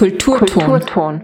Kulturton.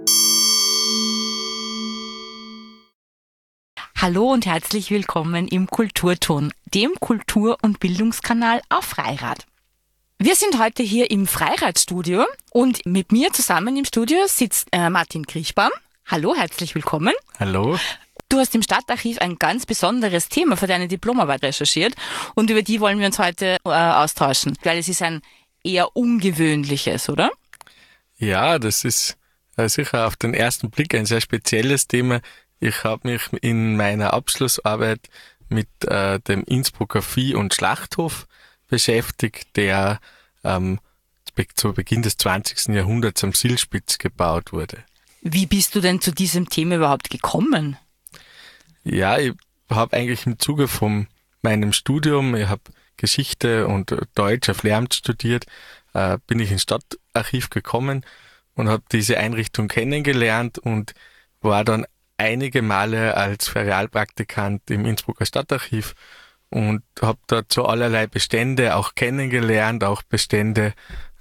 Hallo und herzlich willkommen im Kulturton, dem Kultur- und Bildungskanal auf Freirad. Wir sind heute hier im Freiradstudio und mit mir zusammen im Studio sitzt Martin Kriechbaum. Hallo, herzlich willkommen. Hallo. Du hast im Stadtarchiv ein ganz besonderes Thema für deine Diplomarbeit recherchiert und über die wollen wir uns heute austauschen, weil es ist ein eher ungewöhnliches, oder? Ja, das ist sicher auf den ersten Blick ein sehr spezielles Thema. Ich habe mich in meiner Abschlussarbeit mit dem Innsbrucker Vieh- und Schlachthof beschäftigt, der zu Beginn des 20. Jahrhunderts am Silspitz gebaut wurde. Wie bist du denn zu diesem Thema überhaupt gekommen? Ja, ich habe eigentlich im Zuge von meinem Studium, ich habe Geschichte und Deutsch auf Lehramt studiert, bin ich ins Stadtarchiv gekommen und habe diese Einrichtung kennengelernt und war dann einige Male als Ferialpraktikant im Innsbrucker Stadtarchiv und habe dort so allerlei Bestände auch kennengelernt, auch Bestände,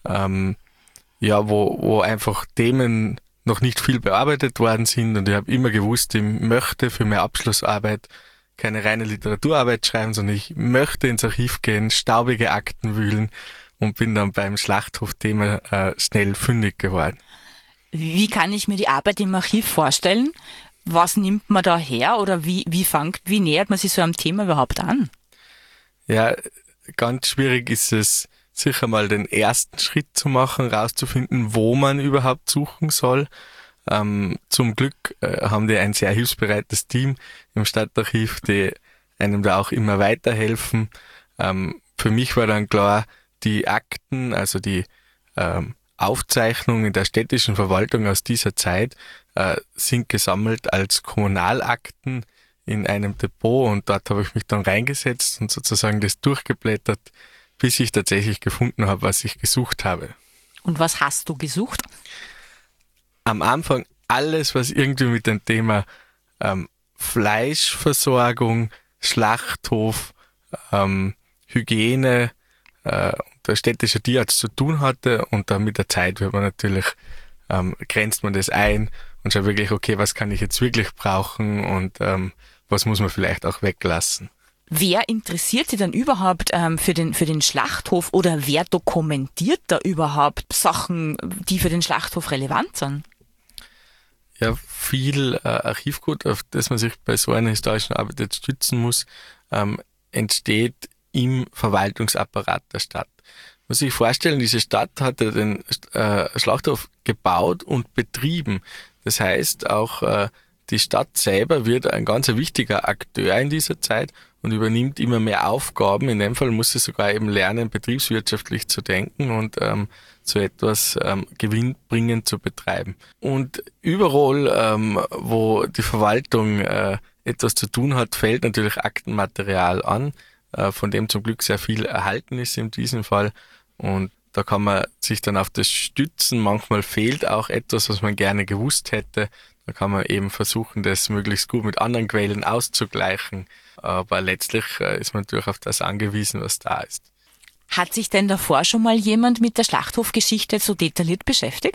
wo einfach Themen noch nicht viel bearbeitet worden sind und ich habe immer gewusst, ich möchte für meine Abschlussarbeit keine reine Literaturarbeit schreiben, sondern ich möchte ins Archiv gehen, staubige Akten wühlen und bin dann beim Schlachthof-Thema schnell fündig geworden. Wie kann ich mir die Arbeit im Archiv vorstellen? Was nimmt man da her oder wie nähert man sich so einem Thema überhaupt an? Ja, ganz schwierig ist es, sicher mal den ersten Schritt zu machen, rauszufinden, wo man überhaupt suchen soll. Zum Glück haben die ein sehr hilfsbereites Team im Stadtarchiv, die einem da auch immer weiterhelfen. Für mich war dann klar, die Akten, also die Aufzeichnungen der städtischen Verwaltung aus dieser Zeit sind gesammelt als Kommunalakten in einem Depot und dort habe ich mich dann reingesetzt und sozusagen das durchgeblättert, bis ich tatsächlich gefunden habe, was ich gesucht habe. Und was hast du gesucht? Am Anfang alles, was irgendwie mit dem Thema Fleischversorgung, Schlachthof, Hygiene, der städtische Tierarzt zu tun hatte und dann mit der Zeit wird man natürlich, grenzt man das ein und schaut wirklich, okay, was kann ich jetzt wirklich brauchen und was muss man vielleicht auch weglassen. Wer interessiert sich dann überhaupt für den Schlachthof oder wer dokumentiert da überhaupt Sachen, die für den Schlachthof relevant sind? Ja, viel Archivgut, auf das man sich bei so einer historischen Arbeit jetzt stützen muss, entsteht im Verwaltungsapparat der Stadt. Man muss sich vorstellen, diese Stadt hatte den Schlachthof gebaut und betrieben. Das heißt, auch die Stadt selber wird ein ganz wichtiger Akteur in dieser Zeit und übernimmt immer mehr Aufgaben. In dem Fall muss sie sogar eben lernen, betriebswirtschaftlich zu denken und so etwas gewinnbringend zu betreiben. Und überall, wo die Verwaltung etwas zu tun hat, fällt natürlich Aktenmaterial an, von dem zum Glück sehr viel erhalten ist in diesem Fall. Und da kann man sich dann auf das stützen. Manchmal fehlt auch etwas, was man gerne gewusst hätte. Da kann man eben versuchen, das möglichst gut mit anderen Quellen auszugleichen. Aber letztlich ist man natürlich auf das angewiesen, was da ist. Hat sich denn davor schon mal jemand mit der Schlachthofgeschichte so detailliert beschäftigt?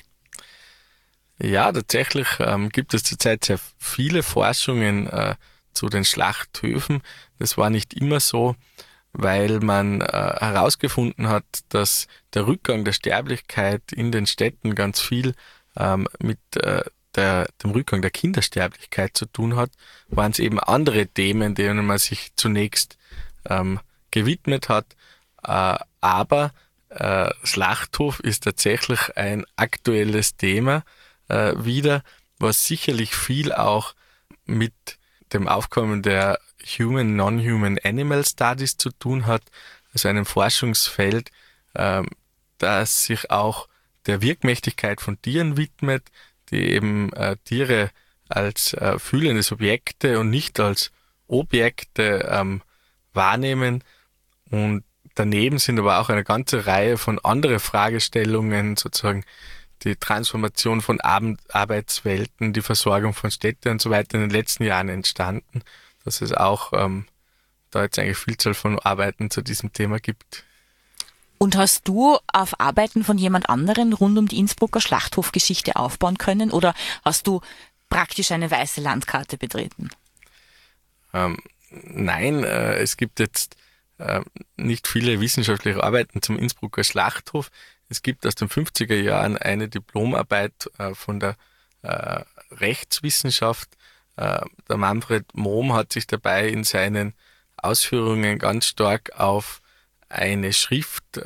Ja, tatsächlich gibt es zurzeit sehr viele Forschungen zu den Schlachthöfen. Das war nicht immer so, weil man herausgefunden hat, dass der Rückgang der Sterblichkeit in den Städten ganz viel mit dem Rückgang der Kindersterblichkeit zu tun hat, waren es eben andere Themen, denen man sich zunächst gewidmet hat. Aber Schlachthof ist tatsächlich ein aktuelles Thema wieder, was sicherlich viel auch mit dem Aufkommen der Human, Non-Human Animal Studies zu tun hat, also einem Forschungsfeld, das sich auch der Wirkmächtigkeit von Tieren widmet, die eben Tiere als fühlende Subjekte und nicht als Objekte wahrnehmen. Und daneben sind aber auch eine ganze Reihe von anderen Fragestellungen, sozusagen die Transformation von Arbeitswelten, die Versorgung von Städten und so weiter in den letzten Jahren entstanden, dass es auch da jetzt eigentlich Vielzahl von Arbeiten zu diesem Thema gibt. Und hast du auf Arbeiten von jemand anderen rund um die Innsbrucker Schlachthofgeschichte aufbauen können oder hast du praktisch eine weiße Landkarte betreten? Nein, es gibt jetzt nicht viele wissenschaftliche Arbeiten zum Innsbrucker Schlachthof. Es gibt aus den 50er Jahren eine Diplomarbeit von der Rechtswissenschaft. Der Manfred Mohm hat sich dabei in seinen Ausführungen ganz stark auf eine Schrift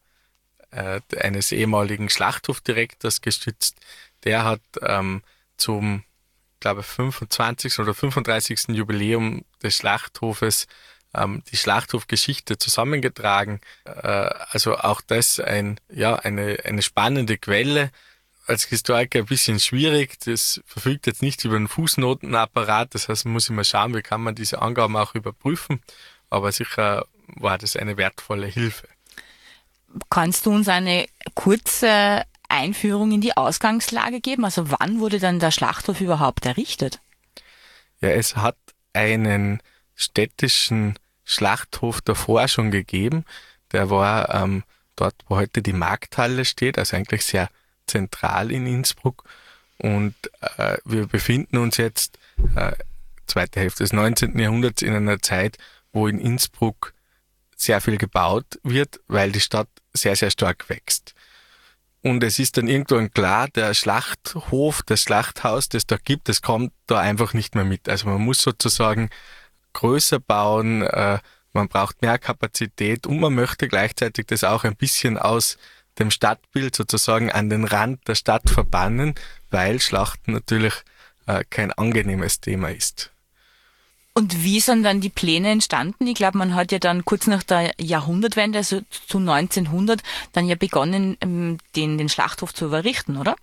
eines ehemaligen Schlachthofdirektors gestützt. Der hat zum, glaube 25. oder 35. Jubiläum des Schlachthofes die Schlachthofgeschichte zusammengetragen. Also auch das eine spannende Quelle. Als Historiker ein bisschen schwierig. Das verfügt jetzt nicht über einen Fußnotenapparat. Das heißt, man muss immer schauen, wie kann man diese Angaben auch überprüfen. Aber sicher war das eine wertvolle Hilfe. Kannst du uns eine kurze Einführung in die Ausgangslage geben? Also wann wurde dann der Schlachthof überhaupt errichtet? Ja, es hat einen städtischen Schlachthof davor schon gegeben. Der war dort, wo heute die Markthalle steht, also eigentlich sehr zentral in Innsbruck. Und wir befinden uns jetzt, zweite Hälfte des 19. Jahrhunderts, in einer Zeit, wo in Innsbruck sehr viel gebaut wird, weil die Stadt sehr, sehr stark wächst. Und es ist dann irgendwann klar, der Schlachthof, das Schlachthaus, das da gibt, das kommt da einfach nicht mehr mit. Also man muss sozusagen größer bauen, man braucht mehr Kapazität und man möchte gleichzeitig das auch ein bisschen aus dem Stadtbild sozusagen an den Rand der Stadt verbannen, weil Schlachten natürlich kein angenehmes Thema ist. Und wie sind dann die Pläne entstanden? Ich glaube, man hat ja dann kurz nach der Jahrhundertwende, also zu 1900, dann ja begonnen, den Schlachthof zu errichten, oder?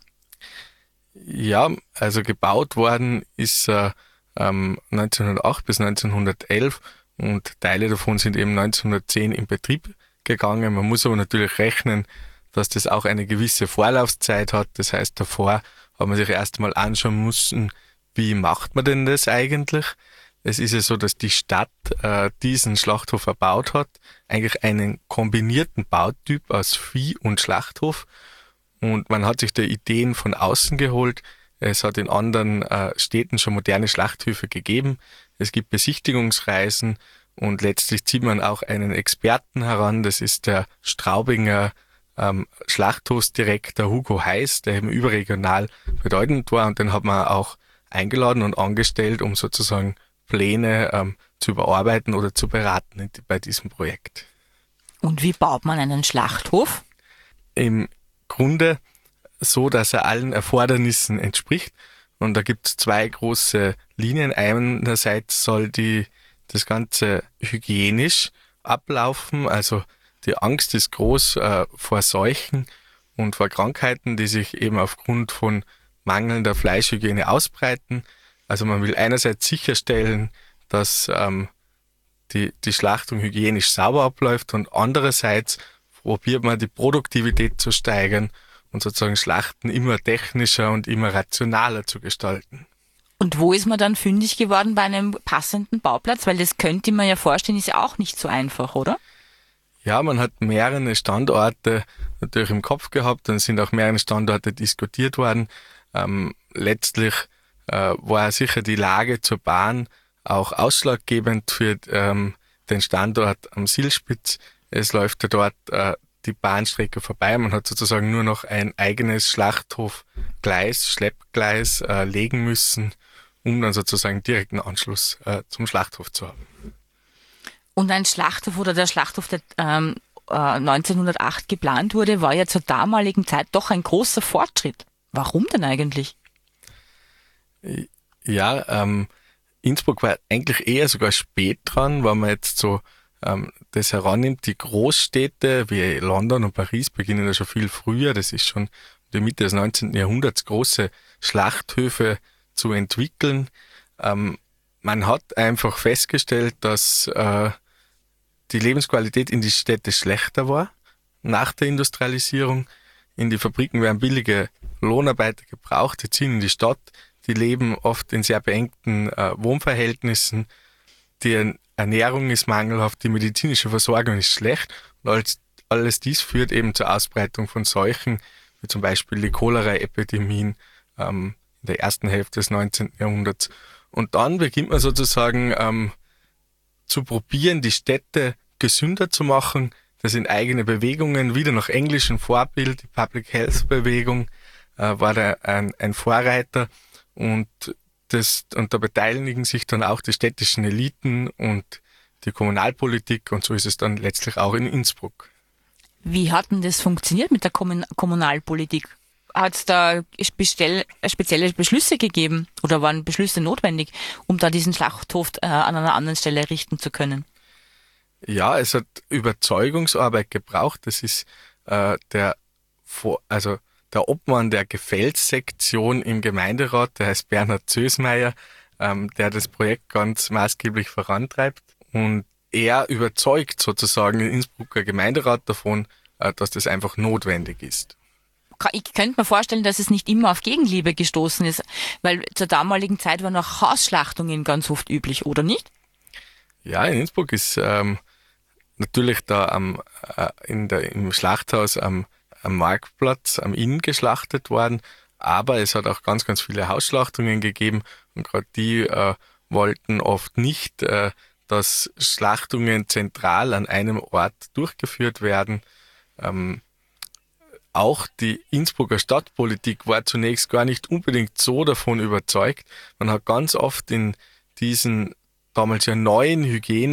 Ja, also gebaut worden ist 1908 bis 1911 und Teile davon sind eben 1910 in Betrieb gegangen. Man muss aber natürlich rechnen, dass das auch eine gewisse Vorlaufzeit hat. Das heißt, davor hat man sich erst einmal anschauen müssen, wie macht man denn das eigentlich? Es ist ja so, dass die Stadt diesen Schlachthof erbaut hat, eigentlich einen kombinierten Bautyp aus Vieh- und Schlachthof. Und man hat sich da Ideen von außen geholt. Es hat in anderen Städten schon moderne Schlachthöfe gegeben. Es gibt Besichtigungsreisen und letztlich zieht man auch einen Experten heran. Das ist der Straubinger Schlachthofsdirektor Hugo Heiß, der eben überregional bedeutend war. Und den hat man auch eingeladen und angestellt, um sozusagen Pläne zu überarbeiten oder zu beraten bei diesem Projekt. Und wie baut man einen Schlachthof? Im Grunde so, dass er allen Erfordernissen entspricht. Und da gibt es zwei große Linien. Einerseits soll das Ganze hygienisch ablaufen. Also die Angst ist groß vor Seuchen und vor Krankheiten, die sich eben aufgrund von mangelnder Fleischhygiene ausbreiten. Also man will einerseits sicherstellen, dass die Schlachtung hygienisch sauber abläuft und andererseits probiert man die Produktivität zu steigern und sozusagen Schlachten immer technischer und immer rationaler zu gestalten. Und wo ist man dann fündig geworden bei einem passenden Bauplatz? Weil das könnte man ja vorstellen, ist ja auch nicht so einfach, oder? Ja, man hat mehrere Standorte natürlich im Kopf gehabt, dann sind auch mehrere Standorte diskutiert worden. Letztlich war sicher die Lage zur Bahn auch ausschlaggebend für den Standort am Silspitz. Es läuft ja dort die Bahnstrecke vorbei. Man hat sozusagen nur noch ein eigenes Schlachthofgleis, Schleppgleis legen müssen, um dann sozusagen direkten Anschluss zum Schlachthof zu haben. Und ein Schlachthof oder der Schlachthof, der 1908 geplant wurde, war ja zur damaligen Zeit doch ein großer Fortschritt. Warum denn eigentlich? Ja, Innsbruck war eigentlich eher sogar spät dran, wenn man jetzt so das herannimmt. Die Großstädte wie London und Paris beginnen ja schon viel früher. Das ist schon in der Mitte des 19. Jahrhunderts, große Schlachthöfe zu entwickeln. Man hat einfach festgestellt, dass die Lebensqualität in die Städte schlechter war nach der Industrialisierung. In die Fabriken werden billige Lohnarbeiter gebraucht, die ziehen in die Stadt, die leben oft in sehr beengten Wohnverhältnissen. Die Ernährung ist mangelhaft, die medizinische Versorgung ist schlecht und als alles dies führt eben zur Ausbreitung von Seuchen, wie zum Beispiel die Cholera-Epidemien in der ersten Hälfte des 19. Jahrhunderts. Und dann beginnt man sozusagen zu probieren, die Städte gesünder zu machen. Das sind eigene Bewegungen, wieder nach englischem Vorbild. Die Public Health Bewegung war da ein Vorreiter und da beteiligen sich dann auch die städtischen Eliten und die Kommunalpolitik und so ist es dann letztlich auch in Innsbruck. Wie hat denn das funktioniert mit der Kommunalpolitik? Hat es da spezielle Beschlüsse gegeben oder waren Beschlüsse notwendig, um da diesen Schlachthof an einer anderen Stelle errichten zu können? Ja, es hat Überzeugungsarbeit gebraucht. Das ist der Obmann der Gefällssektion im Gemeinderat, der heißt Bernhard Zösmeier, der das Projekt ganz maßgeblich vorantreibt. Und er überzeugt sozusagen den Innsbrucker Gemeinderat davon, dass das einfach notwendig ist. Ich könnte mir vorstellen, dass es nicht immer auf Gegenliebe gestoßen ist, weil zur damaligen Zeit waren auch Hausschlachtungen ganz oft üblich, oder nicht? Ja, in Innsbruck ist natürlich da im Schlachthaus am Marktplatz, am Inn geschlachtet worden, aber es hat auch ganz, ganz viele Hausschlachtungen gegeben und gerade die wollten oft nicht, dass Schlachtungen zentral an einem Ort durchgeführt werden. Auch die Innsbrucker Stadtpolitik war zunächst gar nicht unbedingt so davon überzeugt. Man hat ganz oft in diesen damals ja neuen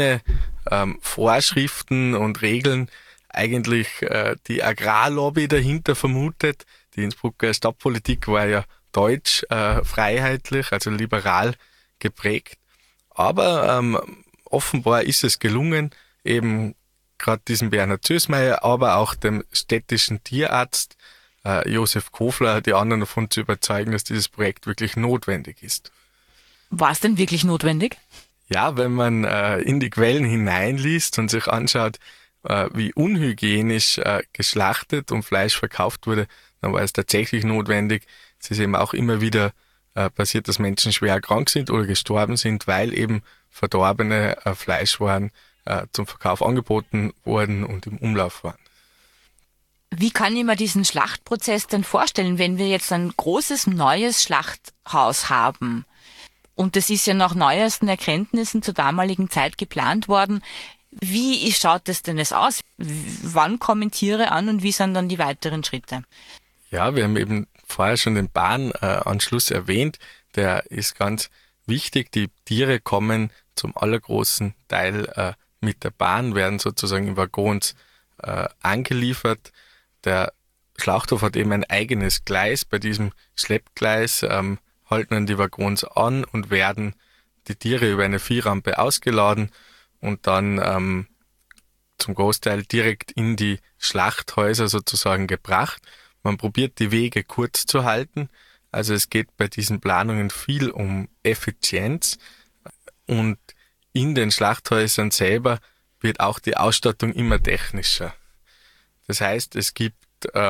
Hygienevorschriften und Regeln eigentlich die Agrarlobby dahinter vermutet. Die Innsbrucker Stadtpolitik war ja deutsch, freiheitlich, also liberal geprägt. Aber offenbar ist es gelungen, eben gerade diesem Bernhard Zösmeier, aber auch dem städtischen Tierarzt Josef Kofler, die anderen davon zu überzeugen, dass dieses Projekt wirklich notwendig ist. War es denn wirklich notwendig? Ja, wenn man in die Quellen hineinliest und sich anschaut, wie unhygienisch geschlachtet und Fleisch verkauft wurde, dann war es tatsächlich notwendig. Es ist eben auch immer wieder passiert, dass Menschen schwer krank sind oder gestorben sind, weil eben verdorbene Fleischwaren zum Verkauf angeboten wurden und im Umlauf waren. Wie kann ich mir diesen Schlachtprozess denn vorstellen, wenn wir jetzt ein großes neues Schlachthaus haben? Und das ist ja nach neuesten Erkenntnissen zur damaligen Zeit geplant worden. Wie schaut das denn jetzt aus? Wann kommen Tiere an und wie sind dann die weiteren Schritte? Ja, wir haben eben vorher schon den Bahnanschluss erwähnt. Der ist ganz wichtig. Die Tiere kommen zum allergroßen Teil mit der Bahn, werden sozusagen in Waggons angeliefert. Der Schlachthof hat eben ein eigenes Gleis. Bei diesem Schleppgleis halten dann die Waggons an und werden die Tiere über eine Viehrampe ausgeladen und dann zum Großteil direkt in die Schlachthäuser sozusagen gebracht. Man probiert die Wege kurz zu halten. Also es geht bei diesen Planungen viel um Effizienz und in den Schlachthäusern selber wird auch die Ausstattung immer technischer. Das heißt, es gibt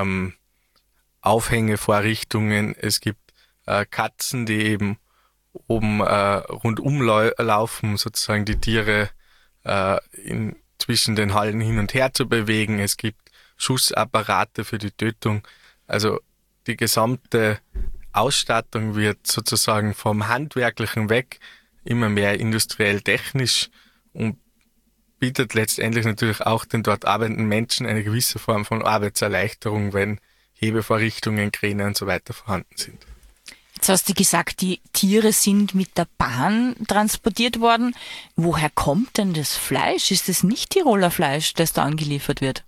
Aufhängevorrichtungen, es gibt Katzen, die eben oben rundum laufen, sozusagen die Tiere zwischen den Hallen hin und her zu bewegen. Es gibt Schussapparate für die Tötung. Also die gesamte Ausstattung wird sozusagen vom Handwerklichen weg immer mehr industriell technisch und bietet letztendlich natürlich auch den dort arbeitenden Menschen eine gewisse Form von Arbeitserleichterung, wenn Hebevorrichtungen, Kräne und so weiter vorhanden sind. Jetzt hast du gesagt, die Tiere sind mit der Bahn transportiert worden. Woher kommt denn das Fleisch? Ist es nicht Tiroler Fleisch, das da angeliefert wird?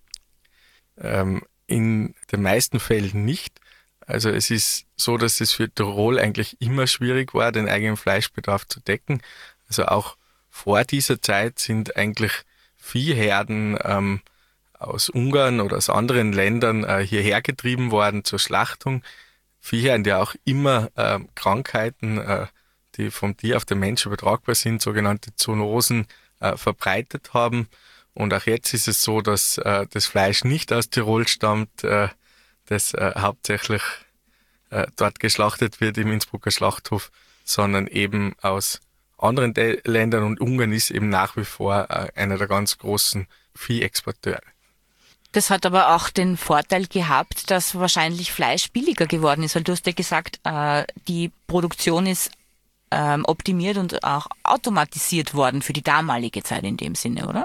In den meisten Fällen nicht. Also es ist so, dass es für Tirol eigentlich immer schwierig war, den eigenen Fleischbedarf zu decken. Also auch vor dieser Zeit sind eigentlich Viehherden aus Ungarn oder aus anderen Ländern hierher getrieben worden zur Schlachtung. Viehherden, die auch immer Krankheiten, die vom Tier auf den Mensch übertragbar sind, sogenannte Zoonosen, verbreitet haben. Und auch jetzt ist es so, dass das Fleisch nicht aus Tirol stammt, das hauptsächlich dort geschlachtet wird im Innsbrucker Schlachthof, sondern eben aus anderen Ländern und Ungarn ist eben nach wie vor einer der ganz großen Viehexporteure. Das hat aber auch den Vorteil gehabt, dass wahrscheinlich Fleisch billiger geworden ist, weil du hast ja gesagt, die Produktion ist optimiert und auch automatisiert worden für die damalige Zeit in dem Sinne, oder?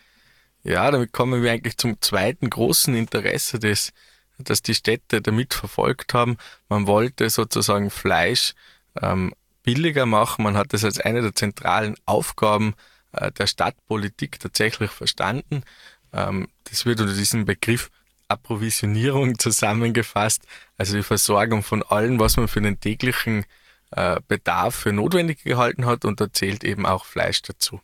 Ja, damit kommen wir eigentlich zum zweiten großen Interesse, das die Städte damit verfolgt haben. Man wollte sozusagen Fleisch billiger machen. Man hat das als eine der zentralen Aufgaben der Stadtpolitik tatsächlich verstanden. Das wird unter diesem Begriff Approvisionierung zusammengefasst, also die Versorgung von allem, was man für den täglichen Bedarf für notwendig gehalten hat, und da zählt eben auch Fleisch dazu.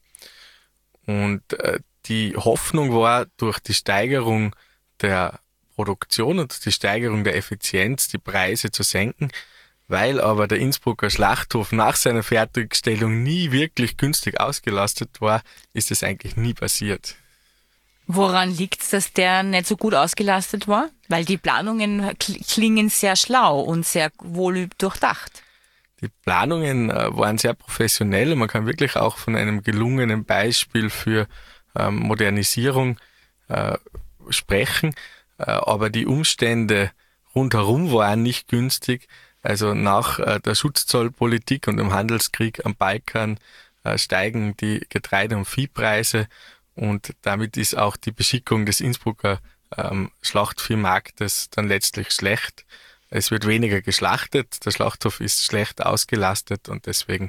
Und die Hoffnung war, durch die Steigerung der Produktion und die Steigerung der Effizienz die Preise zu senken, weil aber der Innsbrucker Schlachthof nach seiner Fertigstellung nie wirklich günstig ausgelastet war, ist es eigentlich nie passiert. Woran liegt's, dass der nicht so gut ausgelastet war? Weil die Planungen klingen sehr schlau und sehr wohl durchdacht. Die Planungen waren sehr professionell. Man kann wirklich auch von einem gelungenen Beispiel für Modernisierung sprechen. Aber die Umstände rundherum waren nicht günstig. Also nach der Schutzzollpolitik und dem Handelskrieg am Balkan steigen die Getreide- und Viehpreise, und damit ist auch die Beschickung des Innsbrucker Schlachtviehmarktes dann letztlich schlecht. Es wird weniger geschlachtet, der Schlachthof ist schlecht ausgelastet, und deswegen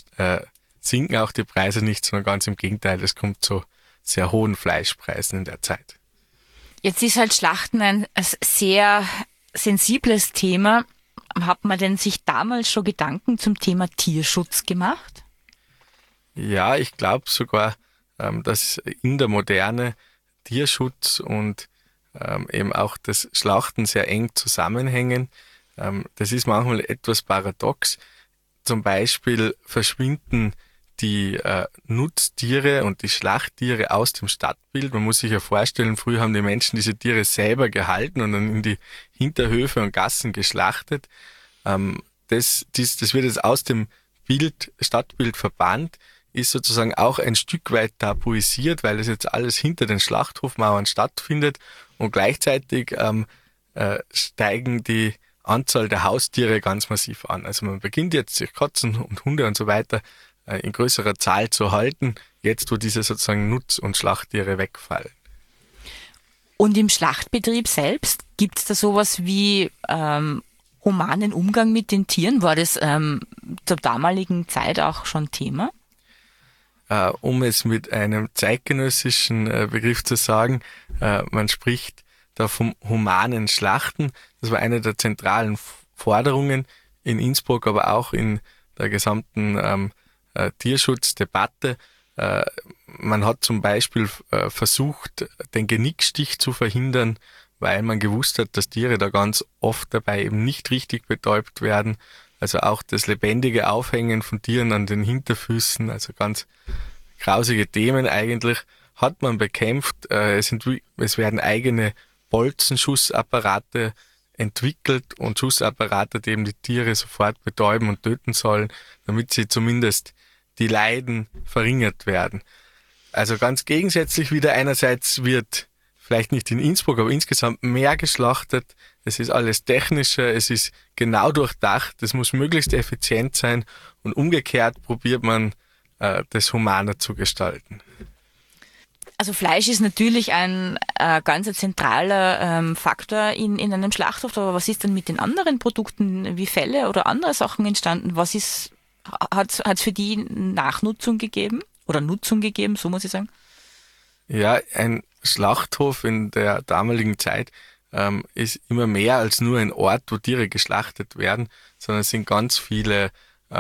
sinken auch die Preise nicht, sondern ganz im Gegenteil, es kommt zu sehr hohen Fleischpreisen in der Zeit. Jetzt ist halt Schlachten ein sehr sensibles Thema. Hat man denn sich damals schon Gedanken zum Thema Tierschutz gemacht? Ja, ich glaube sogar, dass in der Moderne Tierschutz und eben auch das Schlachten sehr eng zusammenhängen. Das ist manchmal etwas paradox. Zum Beispiel verschwinden die Nutztiere und die Schlachttiere aus dem Stadtbild. Man muss sich ja vorstellen, früher haben die Menschen diese Tiere selber gehalten und dann in die Hinterhöfe und Gassen geschlachtet. Das wird jetzt aus dem Stadtbild verbannt, ist sozusagen auch ein Stück weit tabuisiert, weil es jetzt alles hinter den Schlachthofmauern stattfindet, und gleichzeitig steigen die Anzahl der Haustiere ganz massiv an. Also man beginnt jetzt, sich Katzen und Hunde und so weiter in größerer Zahl zu halten, jetzt wo diese sozusagen Nutz- und Schlachttiere wegfallen. Und im Schlachtbetrieb selbst, gibt es da sowas wie humanen Umgang mit den Tieren? War das zur damaligen Zeit auch schon Thema? Um es mit einem zeitgenössischen Begriff zu sagen, man spricht da vom humanen Schlachten. Das war eine der zentralen Forderungen in Innsbruck, aber auch in der gesamten Tierschutzdebatte. Man hat zum Beispiel versucht, den Genickstich zu verhindern, weil man gewusst hat, dass Tiere da ganz oft dabei eben nicht richtig betäubt werden. Also auch das lebendige Aufhängen von Tieren an den Hinterfüßen, also ganz grausige Themen eigentlich, hat man bekämpft. Es werden eigene Bolzenschussapparate entwickelt und Schussapparate, die eben die Tiere sofort betäuben und töten sollen, damit sie zumindest die Leiden verringert werden. Also ganz gegensätzlich wieder, einerseits wird vielleicht nicht in Innsbruck, aber insgesamt mehr geschlachtet. Es ist alles technischer, es ist genau durchdacht, es muss möglichst effizient sein, und umgekehrt probiert man, das humaner zu gestalten. Also Fleisch ist natürlich ein ganz zentraler Faktor in einem Schlachthof, aber was ist denn mit den anderen Produkten wie Felle oder andere Sachen entstanden? Hat es für die Nachnutzung gegeben oder Nutzung gegeben, so muss ich sagen? Ja, ein Schlachthof in der damaligen Zeit ist immer mehr als nur ein Ort, wo Tiere geschlachtet werden, sondern es sind ganz viele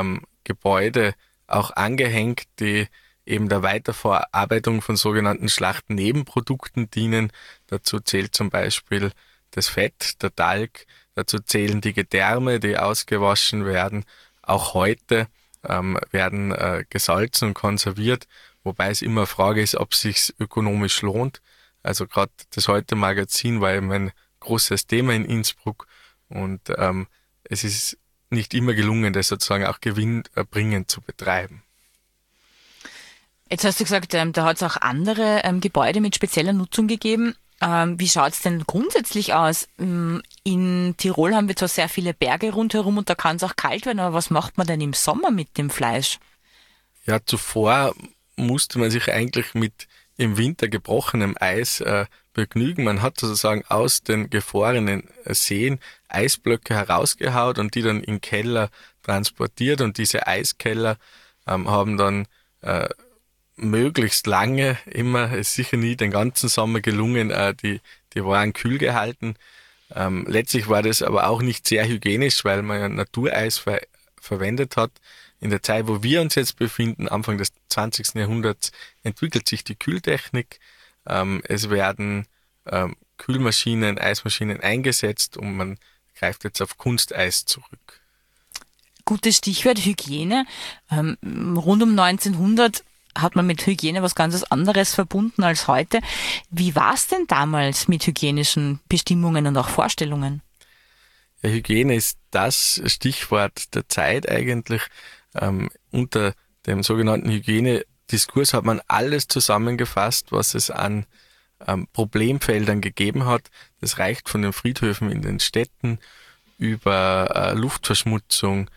Gebäude auch angehängt, die eben der Weiterverarbeitung von sogenannten Schlachtnebenprodukten dienen. Dazu zählt zum Beispiel das Fett, der Talg, dazu zählen die Gedärme, die ausgewaschen werden. Auch heute werden gesalzen und konserviert, wobei es immer eine Frage ist, ob es sich ökonomisch lohnt. Also gerade das Heute-Magazin war eben ein großes Thema in Innsbruck, und es ist nicht immer gelungen, das sozusagen auch gewinnbringend zu betreiben. Jetzt hast du gesagt, da hat es auch andere Gebäude mit spezieller Nutzung gegeben. Wie schaut's denn grundsätzlich aus? In Tirol haben wir zwar sehr viele Berge rundherum und da kann es auch kalt werden, aber was macht man denn im Sommer mit dem Fleisch? Ja, zuvor musste man sich eigentlich mit im Winter gebrochenem Eis begnügen. Man hat sozusagen aus den gefrorenen Seen Eisblöcke herausgehaut und die dann in Keller transportiert, und diese Eiskeller haben dann möglichst lange, immer, ist sicher nie den ganzen Sommer gelungen, die waren kühl gehalten. Letztlich war das aber auch nicht sehr hygienisch, weil man ja Natureis verwendet hat. In der Zeit, wo wir uns jetzt befinden, Anfang des 20. Jahrhunderts, entwickelt sich die Kühltechnik. Es werden Kühlmaschinen, Eismaschinen eingesetzt und man greift jetzt auf Kunsteis zurück. Gutes Stichwort Hygiene. Rund um 1900 hat man mit Hygiene was ganz anderes verbunden als heute. Wie war es denn damals mit hygienischen Bestimmungen und auch Vorstellungen? Ja, Hygiene ist das Stichwort der Zeit eigentlich. Unter dem sogenannten Hygienediskurs hat man alles zusammengefasst, was es an Problemfeldern gegeben hat. Das reicht von den Friedhöfen in den Städten über Luftverschmutzung,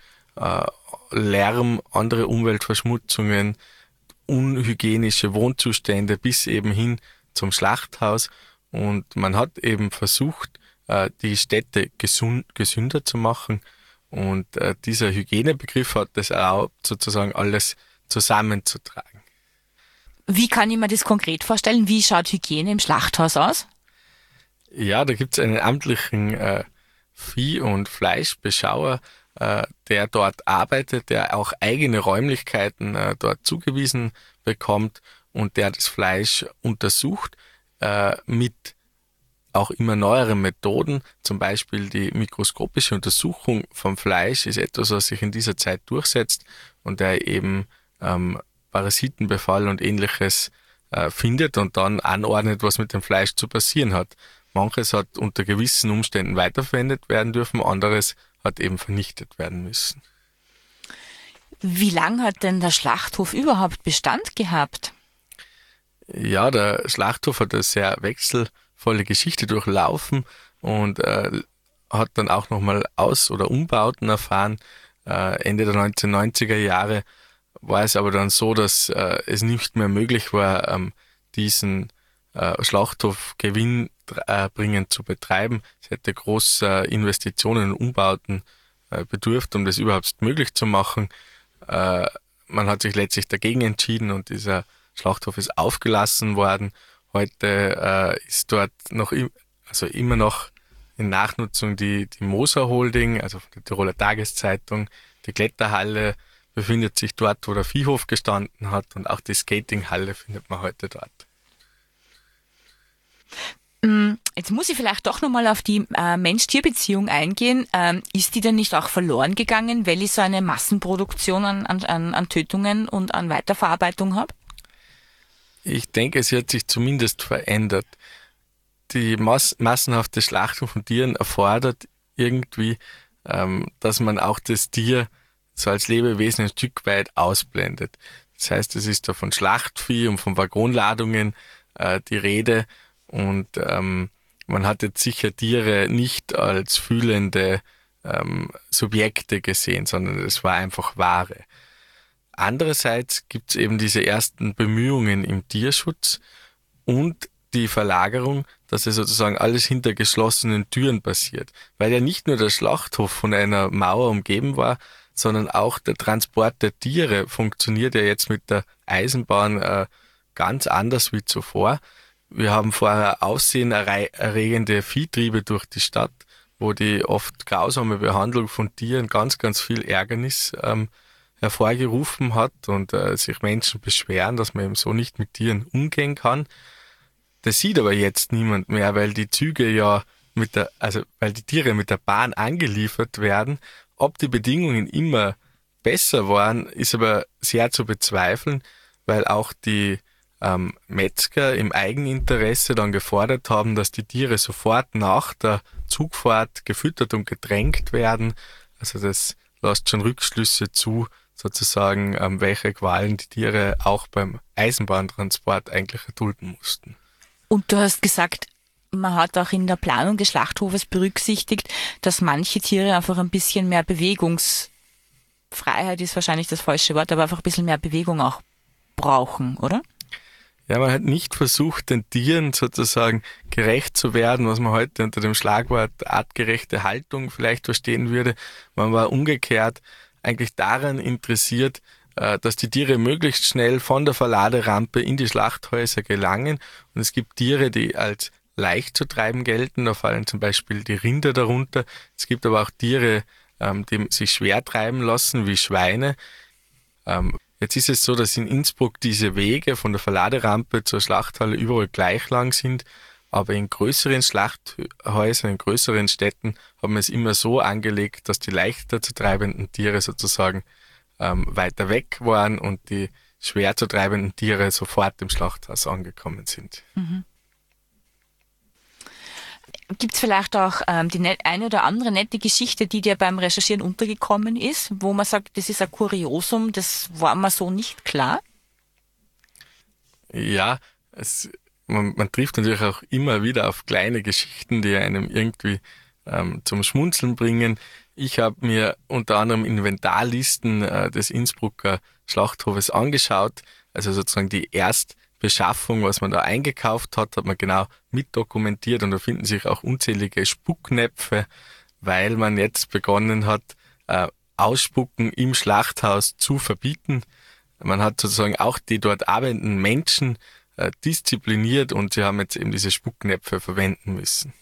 Lärm, andere Umweltverschmutzungen, unhygienische Wohnzustände bis eben hin zum Schlachthaus. Und man hat eben versucht, die Städte gesünder zu machen. Und dieser Hygienebegriff hat das erlaubt, sozusagen alles zusammenzutragen. Wie kann ich mir das konkret vorstellen? Wie schaut Hygiene im Schlachthaus aus? Ja, da gibt es einen amtlichen Vieh- und Fleischbeschauer, der dort arbeitet, der auch eigene Räumlichkeiten dort zugewiesen bekommt und der das Fleisch untersucht mit auch immer neueren Methoden. Zum Beispiel die mikroskopische Untersuchung vom Fleisch ist etwas, was sich in dieser Zeit durchsetzt und der eben Parasitenbefall und Ähnliches findet und dann anordnet, was mit dem Fleisch zu passieren hat. Manches hat unter gewissen Umständen weiterverwendet werden dürfen, anderes hat eben vernichtet werden müssen. Wie lang hat denn der Schlachthof überhaupt Bestand gehabt? Ja, der Schlachthof hat eine sehr wechselvolle Geschichte durchlaufen und hat dann auch nochmal Aus- oder Umbauten erfahren. Ende der 1990er Jahre war es aber dann so, dass es nicht mehr möglich war, diesen Schlachthof gewinnbringend zu betreiben. Es hätte großer Investitionen und Umbauten bedurft, um das überhaupt möglich zu machen. Man hat sich letztlich dagegen entschieden und dieser Schlachthof ist aufgelassen worden. Heute ist dort noch immer noch in Nachnutzung die Moser Holding, also von der Tiroler Tageszeitung. Die Kletterhalle befindet sich dort, wo der Viehhof gestanden hat, und auch die Skatinghalle findet man heute dort. Jetzt muss ich vielleicht doch nochmal auf die Mensch-Tier-Beziehung eingehen. Ist die denn nicht auch verloren gegangen, weil ich so eine Massenproduktion an Tötungen und an Weiterverarbeitung habe? Ich denke, sie hat sich zumindest verändert. Die massenhafte Schlachtung von Tieren erfordert irgendwie, dass man auch das Tier so als Lebewesen ein Stück weit ausblendet. Das heißt, es ist da von Schlachtvieh und von Waggonladungen die Rede, und man hat jetzt sicher Tiere nicht als fühlende Subjekte gesehen, sondern es war einfach Ware. Andererseits gibt es eben diese ersten Bemühungen im Tierschutz und die Verlagerung, dass es sozusagen alles hinter geschlossenen Türen passiert. Weil ja nicht nur der Schlachthof von einer Mauer umgeben war, sondern auch der Transport der Tiere funktioniert ja jetzt mit der Eisenbahn ganz anders wie zuvor. Wir haben vorher aufsehenerregende Viehtriebe durch die Stadt, wo die oft grausame Behandlung von Tieren ganz, ganz viel Ärgernis hervorgerufen hat und sich Menschen beschweren, dass man eben so nicht mit Tieren umgehen kann. Das sieht aber jetzt niemand mehr, weil die Züge ja weil die Tiere mit der Bahn angeliefert werden. Ob die Bedingungen immer besser waren, ist aber sehr zu bezweifeln, weil auch die Metzger im Eigeninteresse dann gefordert haben, dass die Tiere sofort nach der Zugfahrt gefüttert und getränkt werden. Also das lässt schon Rückschlüsse zu, sozusagen, welche Qualen die Tiere auch beim Eisenbahntransport eigentlich erdulden mussten. Und du hast gesagt, man hat auch in der Planung des Schlachthofes berücksichtigt, dass manche Tiere einfach ein bisschen mehr Bewegungsfreiheit ist wahrscheinlich das falsche Wort, aber einfach ein bisschen mehr Bewegung auch brauchen, oder? Ja, man hat nicht versucht, den Tieren sozusagen gerecht zu werden, was man heute unter dem Schlagwort artgerechte Haltung vielleicht verstehen würde. Man war umgekehrt eigentlich daran interessiert, dass die Tiere möglichst schnell von der Verladerampe in die Schlachthäuser gelangen. Und es gibt Tiere, die als leicht zu treiben gelten. Da fallen zum Beispiel die Rinder darunter. Es gibt aber auch Tiere, die sich schwer treiben lassen, wie Schweine. Jetzt ist es so, dass in Innsbruck diese Wege von der Verladerampe zur Schlachthalle überall gleich lang sind. Aber in größeren Schlachthäusern, in größeren Städten haben wir es immer so angelegt, dass die leichter zu treibenden Tiere sozusagen weiter weg waren und die schwer zu treibenden Tiere sofort im Schlachthaus angekommen sind. Mhm. Gibt es vielleicht auch die eine oder andere nette Geschichte, die dir beim Recherchieren untergekommen ist, wo man sagt, das ist ein Kuriosum, das war mir so nicht klar? Ja, man trifft natürlich auch immer wieder auf kleine Geschichten, die einem irgendwie zum Schmunzeln bringen. Ich habe mir unter anderem Inventarlisten des Innsbrucker Schlachthofes angeschaut, also sozusagen die Erstbeschaffung, was man da eingekauft hat man genau mitdokumentiert und da finden sich auch unzählige Spucknäpfe, weil man jetzt begonnen hat, Ausspucken im Schlachthaus zu verbieten. Man hat sozusagen auch die dort arbeitenden Menschen diszipliniert und sie haben jetzt eben diese Spucknäpfe verwenden müssen.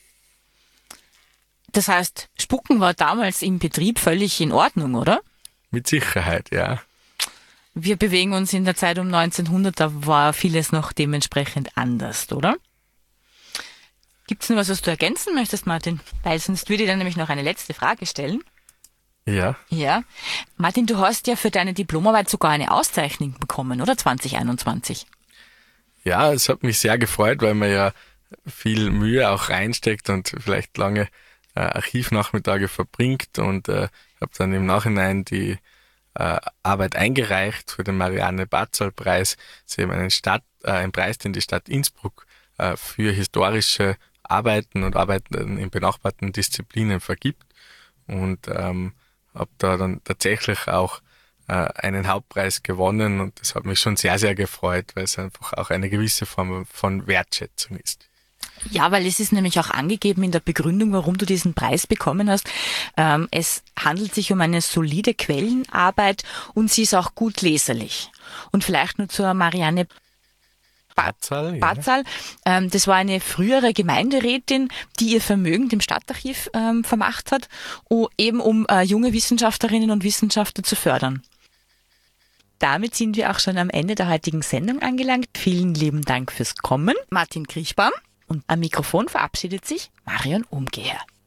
Das heißt, Spucken war damals im Betrieb völlig in Ordnung, oder? Mit Sicherheit, ja. Wir bewegen uns in der Zeit um 1900, da war vieles noch dementsprechend anders, oder? Gibt es noch was du ergänzen möchtest, Martin? Weil sonst würde ich dann nämlich noch eine letzte Frage stellen. Ja. Ja. Martin, du hast ja für deine Diplomarbeit sogar eine Auszeichnung bekommen, oder? 2021. Ja, es hat mich sehr gefreut, weil man ja viel Mühe auch reinsteckt und vielleicht lange Archivnachmittage verbringt und habe dann im Nachhinein die Arbeit eingereicht für den Marianne-Batzal-Preis. Das ist eben ein Preis, den die Stadt Innsbruck für historische Arbeiten und Arbeiten in benachbarten Disziplinen vergibt und habe da dann tatsächlich auch einen Hauptpreis gewonnen und das hat mich schon sehr, sehr gefreut, weil es einfach auch eine gewisse Form von Wertschätzung ist. Ja, weil es ist nämlich auch angegeben in der Begründung, warum du diesen Preis bekommen hast. Es handelt sich um eine solide Quellenarbeit und sie ist auch gut leserlich. Und vielleicht nur zur Marianne Batzal. Ja. Das war eine frühere Gemeinderätin, die ihr Vermögen dem Stadtarchiv vermacht hat, eben um junge Wissenschaftlerinnen und Wissenschaftler zu fördern. Damit sind wir auch schon am Ende der heutigen Sendung angelangt. Vielen lieben Dank fürs Kommen, Martin Kriechbaum. Und am Mikrofon verabschiedet sich Marion Umgeher.